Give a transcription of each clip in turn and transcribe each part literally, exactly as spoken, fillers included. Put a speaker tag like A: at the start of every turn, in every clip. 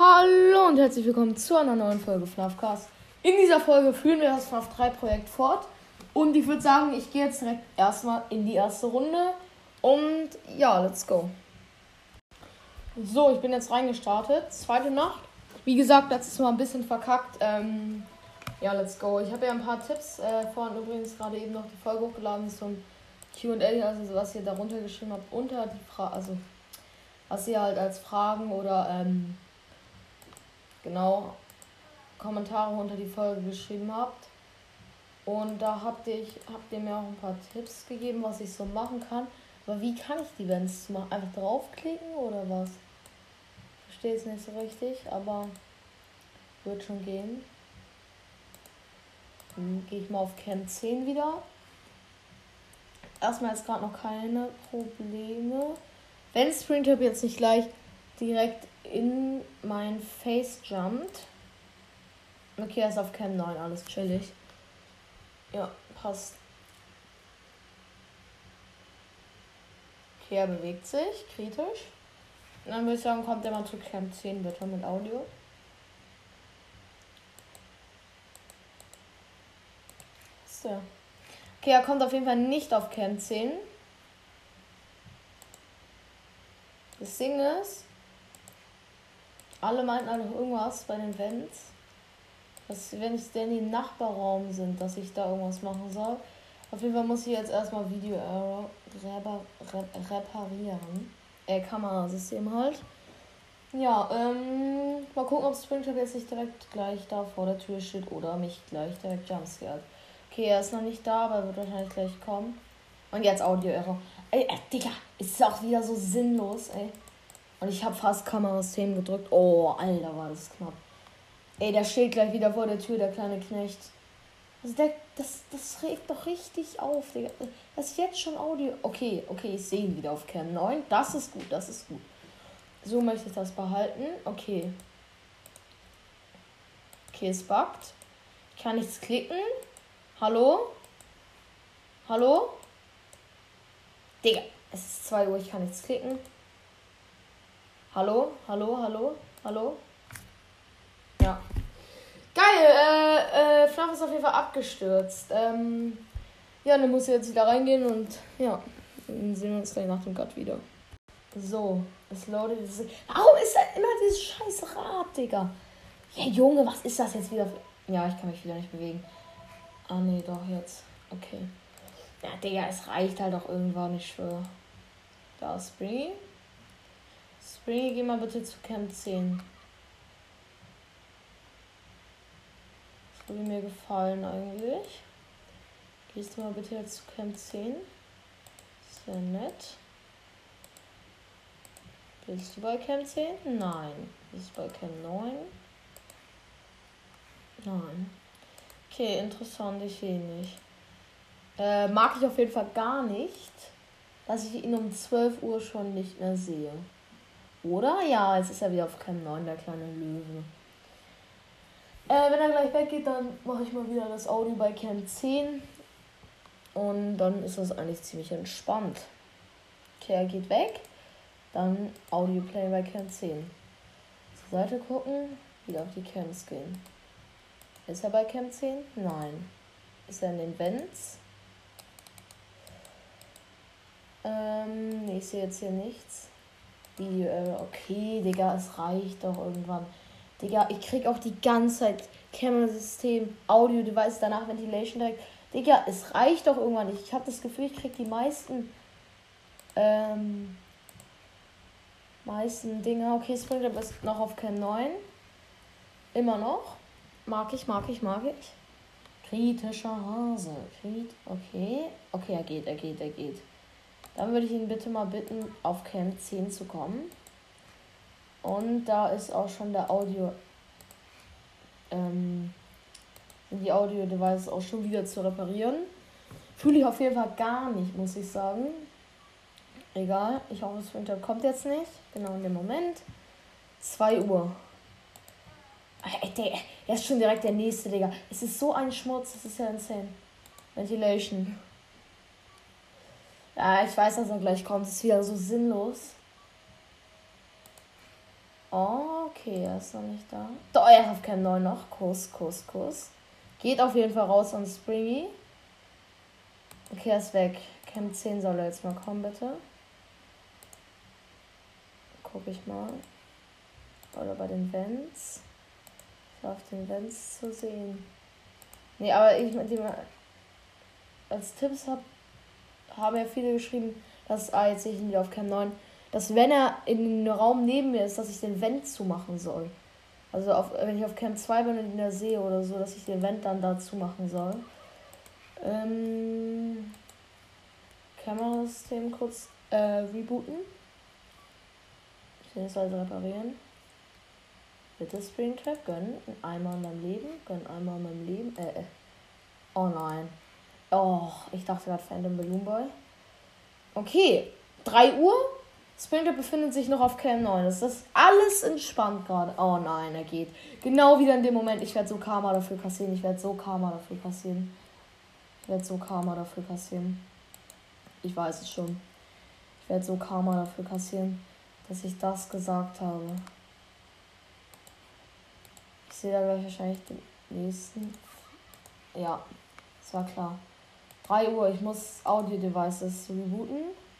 A: Hallo und herzlich willkommen zu einer neuen Folge FNAFcast. In dieser Folge führen wir das FNAF drei Projekt fort. Und ich würde sagen, ich gehe jetzt direkt erstmal in die erste Runde. Und ja, let's go. So, ich bin jetzt reingestartet. Zweite Nacht. Wie gesagt, letztes Mal ein bisschen verkackt. Ähm, ja, let's go. Ich habe ja ein paar Tipps. Äh, vorhin übrigens gerade eben noch die Folge hochgeladen zum Q und A, also was ihr darunter geschrieben habt, unter die Frage, also was ihr halt als Fragen oder ähm, genau Kommentare unter die Folge geschrieben habt. Und da habt ihr, habt ihr mir auch ein paar Tipps gegeben, was ich so machen kann. Aber wie kann ich die Events machen? Einfach draufklicken oder was? Ich verstehe es nicht so richtig, aber wird schon gehen. Dann gehe ich mal auf Cam zehn wieder. Erstmal jetzt gerade noch keine Probleme. Wenn Springtrap jetzt nicht gleich direkt in mein Face jumpt. Okay, er ist auf Cam neun, alles chillig. Ja, passt. Okay, er bewegt sich, kritisch. Und dann würde ich sagen, kommt er mal zu Cam zehn bitte mit Audio. Was ist der? Okay, er kommt auf jeden Fall nicht auf Cam zehn. Das Ding ist, alle meinten halt noch irgendwas bei den Vents. Dass, wenn ich denn im Nachbarraum sind, dass ich da irgendwas machen soll. Auf jeden Fall muss ich jetzt erstmal Video Error reparieren. Äh, Kamerasystem halt. Ja, ähm, mal gucken, ob Springtrap jetzt nicht direkt gleich da vor der Tür steht oder mich gleich direkt jumpscared. Okay, er ist noch nicht da, aber er wird wahrscheinlich gleich kommen. Und jetzt Audio Error. Ey, äh, Digga, ist auch wieder so sinnlos, ey. Und ich habe fast Kamerasystem gedrückt. Oh, Alter, war das knapp. Ey, der steht gleich wieder vor der Tür, der kleine Knecht. Also der, das, das regt doch richtig auf, Digga. Das ist jetzt schon Audio. Okay, okay, ich sehe ihn wieder auf Cam neun. Das ist gut, das ist gut. So möchte ich das behalten. Okay. Okay, es buggt. Ich kann nichts klicken. Hallo? Hallo? Digga, es ist zwei Uhr, ich kann nichts klicken. Hallo? Hallo? Hallo? Hallo? Ja. Geil, äh, äh, FNAF ist auf jeden Fall abgestürzt. Ähm, ja, dann muss ich jetzt wieder reingehen und ja, dann sehen wir uns gleich nach dem Cut wieder. So, es loadet. Warum ist da immer dieses scheiß Rad, Digga? Ja, Junge, was ist das jetzt wieder für... Ja, ich kann mich wieder nicht bewegen. Ah, nee, doch, jetzt. Okay. Ja, Digga, es reicht halt auch irgendwann, ich schwöre. Da ist Springy. Springy, geh mal bitte zu Cam zehn. Das würde mir gefallen eigentlich. Gehst du mal bitte jetzt zu Cam zehn. Sehr nett. Bist du bei Cam zehn? Nein. Bist du bei Cam neun? Nein. Okay, interessant, ich sehe nicht. Äh, mag ich auf jeden Fall gar nicht, dass ich ihn um zwölf Uhr schon nicht mehr sehe. Oder? Ja, jetzt ist er wieder auf Cam neun, der kleine Löwe. Äh, wenn er gleich weggeht, dann mache ich mal wieder das Audio bei Cam zehn. Und dann ist das eigentlich ziemlich entspannt. Okay, er geht weg. Dann Audio Play bei Cam zehn. Zur Seite gucken, wieder auf die Cams gehen. Ist er bei Cam zehn? Nein. Ist er in den Vents? Ähm, nee, ich sehe jetzt hier nichts. Video Error. Okay, Digga, es reicht doch irgendwann. Digga, ich krieg auch die ganze Zeit Kamerasystem, Audio-Device, danach Ventilation direkt. Digga, es reicht doch irgendwann nicht. Ich habe das Gefühl, ich krieg die meisten ähm, meisten Dinger. Okay, Springtrap ist noch auf Cam neun. Immer noch. Mag ich, mag ich, mag ich. Kritischer Hase. Krit okay. Okay, er geht, er geht, er geht. Dann würde ich ihn bitte mal bitten, auf Cam zehn zu kommen. Und da ist auch schon der Audio, ähm, die Audio-Devices auch schon wieder zu reparieren. Fühle ich auf jeden Fall gar nicht, muss ich sagen. Egal, ich hoffe, das Winter kommt jetzt nicht. Genau in dem Moment. zwei Uhr. Ey, der, der ist schon direkt der nächste, Digga. Es ist so ein Schmutz, das ist ja insane. Ventilation. Ja, ich weiß, dass er gleich kommt. Das ist wieder so sinnlos. Oh, okay, er ist noch nicht da. Doch, er ist auf Cam neun noch. Kuss, Kuss, Kuss. Geht auf jeden Fall raus an Springy. Okay, er ist weg. Cam zehn soll er jetzt mal kommen, bitte. Guck ich mal. Oder bei den Vents. Ich war auf den Vents zu sehen. Nee, aber ich mit dem als Tipps habe, haben ja viele geschrieben, dass, ah, jetzt sehe ich ihn wieder auf Cam neun, dass wenn er in dem Raum neben mir ist, dass ich den Vent zumachen soll. Also auf, wenn ich auf Cam zwei bin und ihn da sehe oder so, dass ich den Vent dann da zumachen soll. Ähm, Kamerasystem kurz äh, rebooten. Beziehungsweise reparieren. Bitte Springtrap, gönn einmal in meinem Leben, gönn einmal in meinem Leben. Äh, äh. Oh nein. Oh, ich dachte gerade Phantom Balloon Boy. Okay, drei Uhr. Springtrap befindet sich noch auf Cam neun. Das ist alles entspannt gerade. Oh nein, er geht. Genau wieder in dem Moment. Ich werde so Karma dafür kassieren. Ich werde so Karma dafür kassieren. Ich werde so Karma dafür kassieren. Ich weiß es schon. Ich werde so Karma dafür kassieren, dass ich das gesagt habe. Ich sehe da gleich wahrscheinlich den nächsten. Ja, das war klar. drei Uhr, ich muss Audio-Devices rebooten.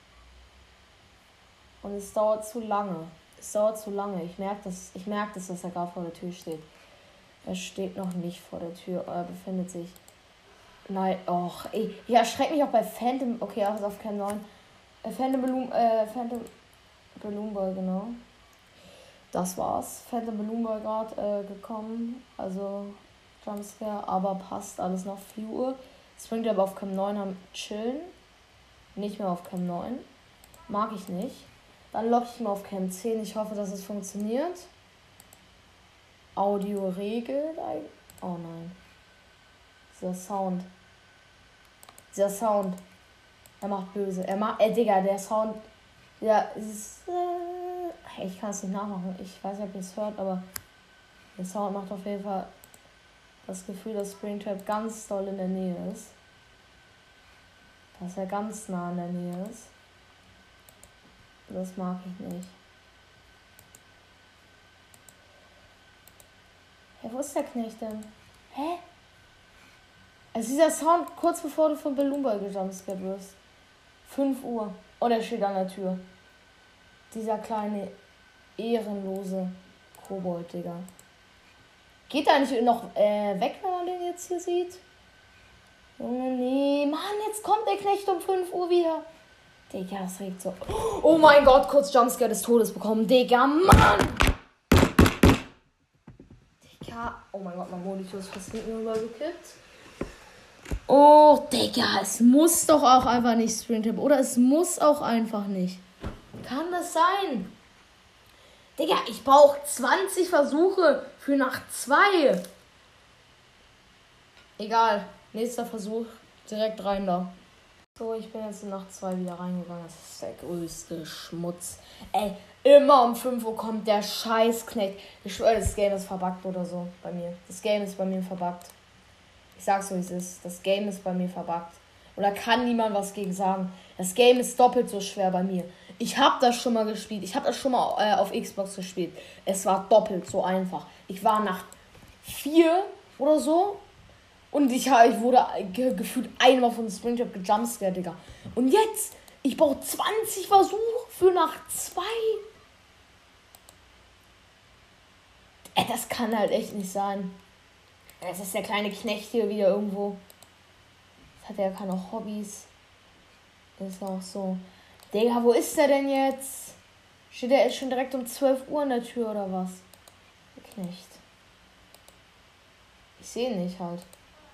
A: Und es dauert zu lange. Es dauert zu lange. Ich merke das, ich merke das, dass er gerade vor der Tür steht. Er steht noch nicht vor der Tür. Er befindet sich. Nein, och, ey. Ich erschrecke mich auch bei Phantom. Okay, er ist auf Cam neun. Äh, Phantom Balloon, äh, Phantom Balloon Boy, genau. Das war's. Phantom Balloon Boy gerade äh, gekommen. Also Jumpscare, aber passt alles noch. vier Uhr. Springtrap auf Cam neun am Chillen. Nicht mehr auf Cam neun. Mag ich nicht. Dann logge ich mal auf Cam zehn. Ich hoffe, dass es funktioniert. Audio regelt. Oh nein. Dieser Sound. Dieser Sound. Er macht böse. Er macht. Äh, Digga, der Sound. Ja, ist. Äh, ich kann es nicht nachmachen. Ich weiß nicht, ob ihr es hört, aber der Sound macht auf jeden Fall das Gefühl, dass Springtrap ganz doll in der Nähe ist. Dass er ganz nah in der Nähe ist. Das mag ich nicht. Hä, wo ist der Knecht denn? Hä? Also dieser Sound kurz bevor du von Balloon Boy gejumpscared wirst. fünf Uhr. Oh, der steht an der Tür. Dieser kleine, ehrenlose Kobold, Digga. Geht er nicht noch äh, weg, wenn man den jetzt hier sieht? Junge, nee. Mann, jetzt kommt der Knecht um fünf Uhr wieder. Digga, das regt so. Oh mein Gott, kurz Jumpscare des Todes bekommen. Digga, Mann! Digga. Oh mein Gott, mein Monitor ist fast hinten rübergekippt. Oh, Digga, es muss doch auch einfach nicht Springtrap. Oder es muss auch einfach nicht. Kann das sein? Digga, ich brauche zwanzig Versuche für Nacht zwei. Egal. Nächster Versuch. Direkt rein da. So, ich bin jetzt in Nacht zwei wieder reingegangen. Das ist der größte Schmutz. Ey, immer um fünf Uhr kommt der Scheißknecht. Ich schwöre, das Game ist verbuggt oder so bei mir. Das Game ist bei mir verbuggt. Ich sag's so, wie es ist. Das Game ist bei mir verbuggt. Und da kann niemand was gegen sagen. Das Game ist doppelt so schwer bei mir. Ich habe das schon mal gespielt. Ich habe das schon mal äh, auf Xbox gespielt. Es war doppelt so einfach. Ich war nach vier oder so. Und ich, ich wurde ge- gefühlt einmal von Springtrap gejumpscared, Digga. Und jetzt, ich brauche zwanzig Versuche für Nacht zwei. Äh, das kann halt echt nicht sein. Es ist der kleine Knecht hier wieder irgendwo. Das hat ja keine Hobbys. Das ist auch so. Digga, wo ist der denn jetzt? Steht der jetzt schon direkt um zwölf Uhr an der Tür oder was? Der Knecht. Ich sehe ihn nicht halt.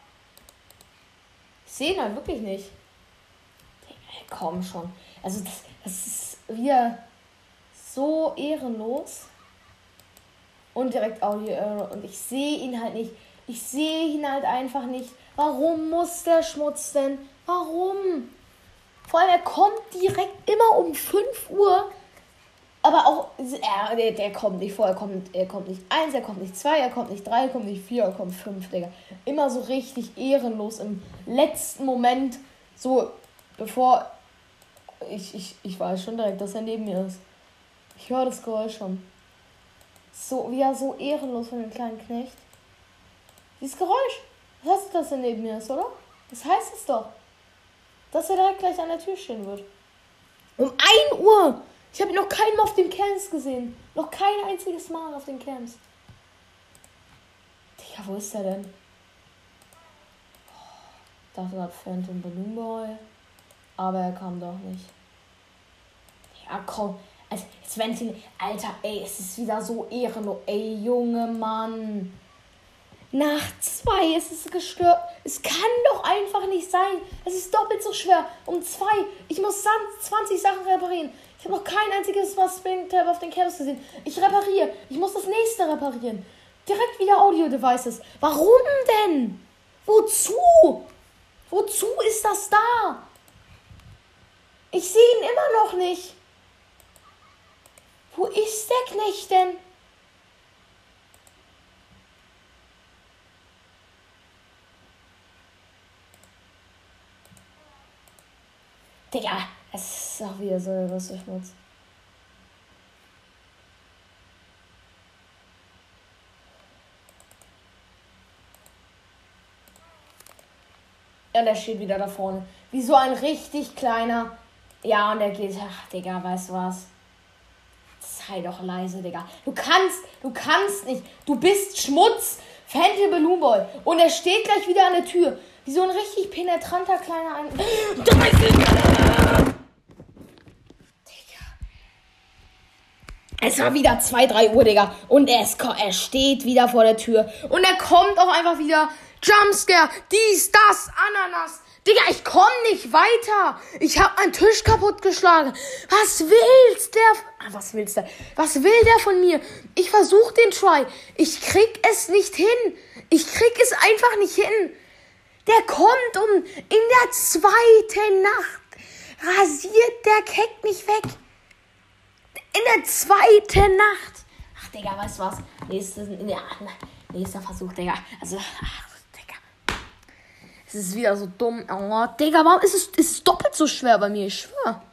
A: Ich sehe ihn halt wirklich nicht. Digga, komm schon. Also das, das ist wieder so ehrenlos. Und direkt Audio Error. Und ich sehe ihn halt nicht. Ich sehe ihn halt einfach nicht. Warum muss der Schmutz denn? Warum? Vor allem, er kommt direkt immer um fünf Uhr. Aber auch, er, der, der kommt nicht vor. Er kommt, er kommt nicht eins, er kommt nicht zwei, er kommt nicht drei, er kommt nicht vier, er kommt fünf, Digga. Immer so richtig ehrenlos im letzten Moment. So, bevor. Ich, ich, ich weiß schon direkt, dass er neben mir ist. Ich höre das Geräusch schon. So, wieder so ehrenlos von dem kleinen Knecht. Dieses Geräusch. Was heißt das denn neben mir ist, oder? Das heißt es doch. Dass er direkt gleich an der Tür stehen wird. Um ein Uhr! Ich habe ihn noch keinen Mal auf den Camps gesehen. Noch kein einziges Mal auf den Camps. Digga, wo ist der denn? Ich dachte gerade Phantom Balloon Boy. Aber er kam doch nicht. Ja, komm. Also, jetzt wenn ich... Alter, ey, es ist wieder so ehrenlos. Ey, Junge Mann. Nach zwei ist es gestört. Es kann doch einfach nicht sein. Es ist doppelt so schwer. Um zwei. Ich muss zwanzig Sachen reparieren. Ich habe noch kein einziges Mal Springtab auf den Camps gesehen. Ich repariere. Ich muss das nächste reparieren. Direkt wieder Audio-Devices. Warum denn? Wozu? Wozu ist das da? Ich sehe ihn immer noch nicht. Wo ist der Knecht denn? Digga, es ist auch wieder so der größte Schmutz. Ja, der steht wieder da vorne. Wie so ein richtig kleiner. Ja, und der geht. Ach, Digga, weißt du was? Sei doch leise, Digga. Du kannst, du kannst nicht. Du bist Schmutz. Phantom Balloon Boy. Und er steht gleich wieder an der Tür. Wie so ein richtig penetranter kleiner Ein... Digga. Es war wieder zwei, drei Uhr, Digga. Und er, ist, er steht wieder vor der Tür. Und er kommt auch einfach wieder. Jumpscare. Dies, das, Ananas. Digga, ich komm nicht weiter. Ich hab meinen Tisch kaputtgeschlagen. Was willst der... Ah, was willst der? Was will der von mir? Ich versuch den Try. Ich krieg es nicht hin. Ich krieg es einfach nicht hin. Der kommt um... In der zweiten Nacht rasiert der Keck mich weg. In der zweiten Nacht. Ach, Digga, weißt du was? Nächstes, ja, nächster Versuch, Digga. Also, ach, Digga. Es ist wieder so dumm. Oh, Digga, warum ist es, ist es doppelt so schwer bei mir? Ich schwör.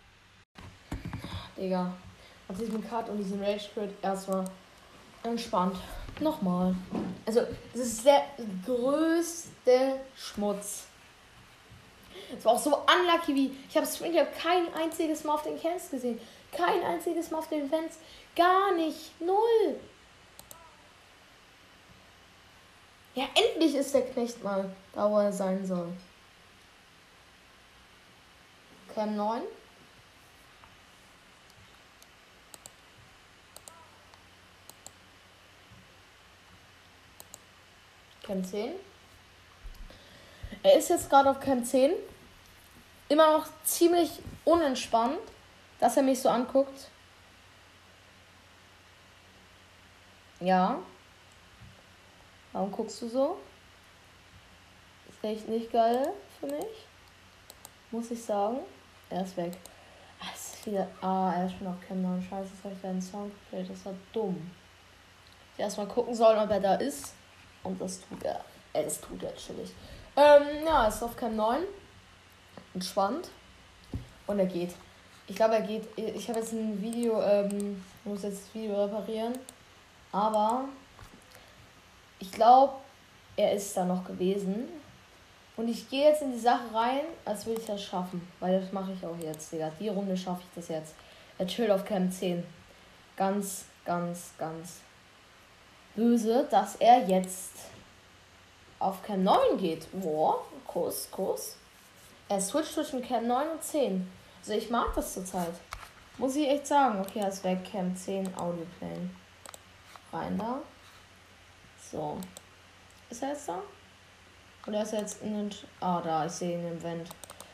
A: Digga. Nach diesem Cut und diesem Rage Quit erstmal entspannt. Nochmal. Also, das ist der größte Schmutz. Es war auch so unlucky wie... Ich habe Springtrap kein einziges Mal auf den Camps gesehen. Kein einziges Mal auf den Events. Gar nicht. Null. Ja, endlich ist der Knecht mal da, wo er sein soll. Cam neun. Cam zehn. Er ist jetzt gerade auf Cam zehn. Immer noch ziemlich unentspannt, dass er mich so anguckt. Ja. Warum guckst du so? Ist echt nicht geil für mich. Muss ich sagen. Er ist weg. Ah, es ist wieder... Ah, er ist schon auf Cam neun. Scheiße, jetzt habe ich deinen Sound geplayt. Das war dumm. Ich erstmal gucken sollen, ob er da ist. Und das tut er. Äh, das tut er chillig. Ähm, ja, er ist auf Cam neun. Entspannt. Und er geht. Ich glaube, er geht. Ich habe jetzt ein Video, ähm, muss jetzt das Video reparieren. Aber ich glaube, er ist da noch gewesen. Und ich gehe jetzt in die Sache rein, als würde ich das schaffen. Weil das mache ich auch jetzt, Digga. Die Runde schaffe ich das jetzt. Er chillt auf Cam zehn. Ganz, ganz, ganz böse, dass er jetzt auf Cam neun geht. Boah, Kuss, Kuss. Er switcht zwischen Cam neun und zehn. Also ich mag das zurzeit. Muss ich echt sagen. Okay, er ist weg. Cam zehn, Audioplane. Rein da. So. Ist er jetzt da? Oder ist er jetzt in den... Ah, da. Ich sehe ihn im Vent.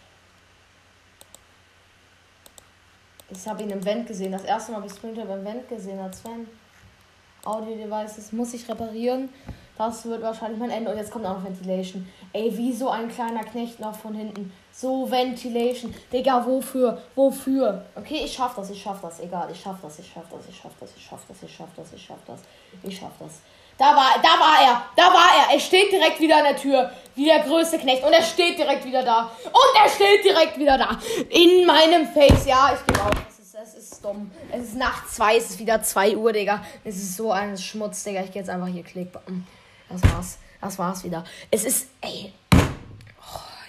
A: Ich habe ihn im Vent gesehen. Das erste Mal habe ich Springtrap beim Vent gesehen. Als Sven. Audio-Devices muss ich reparieren. Das wird wahrscheinlich mein Ende. Und jetzt kommt auch noch Ventilation. Ey, wie so ein kleiner Knecht noch von hinten. So Ventilation. Digga, wofür? Wofür? Okay, ich schaff das, ich schaff das. Egal, ich schaff das, ich schaff das, ich schaff das, ich schaff das, ich schaff das, ich schaff das. Ich schaff das. Da war, da war er, da war er. Er steht direkt wieder an der Tür. Wie der größte Knecht. Und er steht direkt wieder da. Und er steht direkt wieder da. In meinem Face. Ja, ich gebe auf. Das ist, Es ist dumm. Es ist Nacht zwei, es ist wieder zwei Uhr, Digga. Es ist so ein Schmutz, Digga. Ich geh jetzt einfach hier klicken. Das war's. Das war's wieder. Es ist, ey. Oh,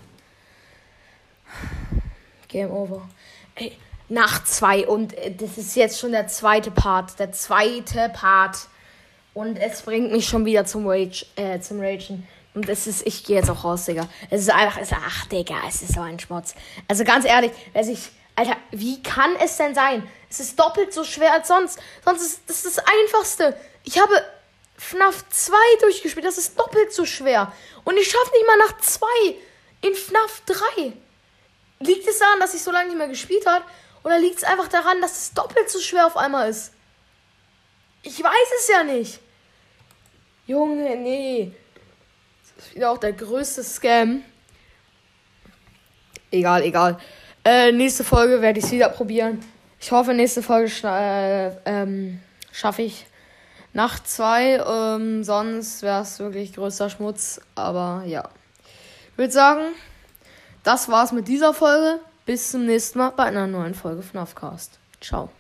A: Junge. Game over. Ey, Nacht zwei und das ist jetzt schon der zweite Part. Der zweite Part. Und es bringt mich schon wieder zum Rage, äh, zum Ragen. Und es ist, ich gehe jetzt auch raus, Digga. Es ist einfach, es ist, ach, Digga, es ist so ein Schmutz. Also ganz ehrlich, wer sich, Alter, wie kann es denn sein? Es ist doppelt so schwer als sonst. Sonst ist das das Einfachste. Ich habe F NAF zwei durchgespielt, das ist doppelt so schwer. Und ich schaffe nicht mal nach zwei in F NAF drei. Liegt es daran, dass ich so lange nicht mehr gespielt habe? Oder liegt es einfach daran, dass es doppelt so schwer auf einmal ist? Ich weiß es ja nicht. Junge, nee. Das ist wieder auch der größte Scam. Egal, egal. Äh, nächste Folge werde ich es wieder probieren. Ich hoffe, nächste Folge äh, ähm, schaffe ich Nacht zwei. Ähm, sonst wäre es wirklich größter Schmutz. Aber ja. Ich würde sagen, das war's mit dieser Folge. Bis zum nächsten Mal bei einer neuen Folge FNAFcast. Ciao.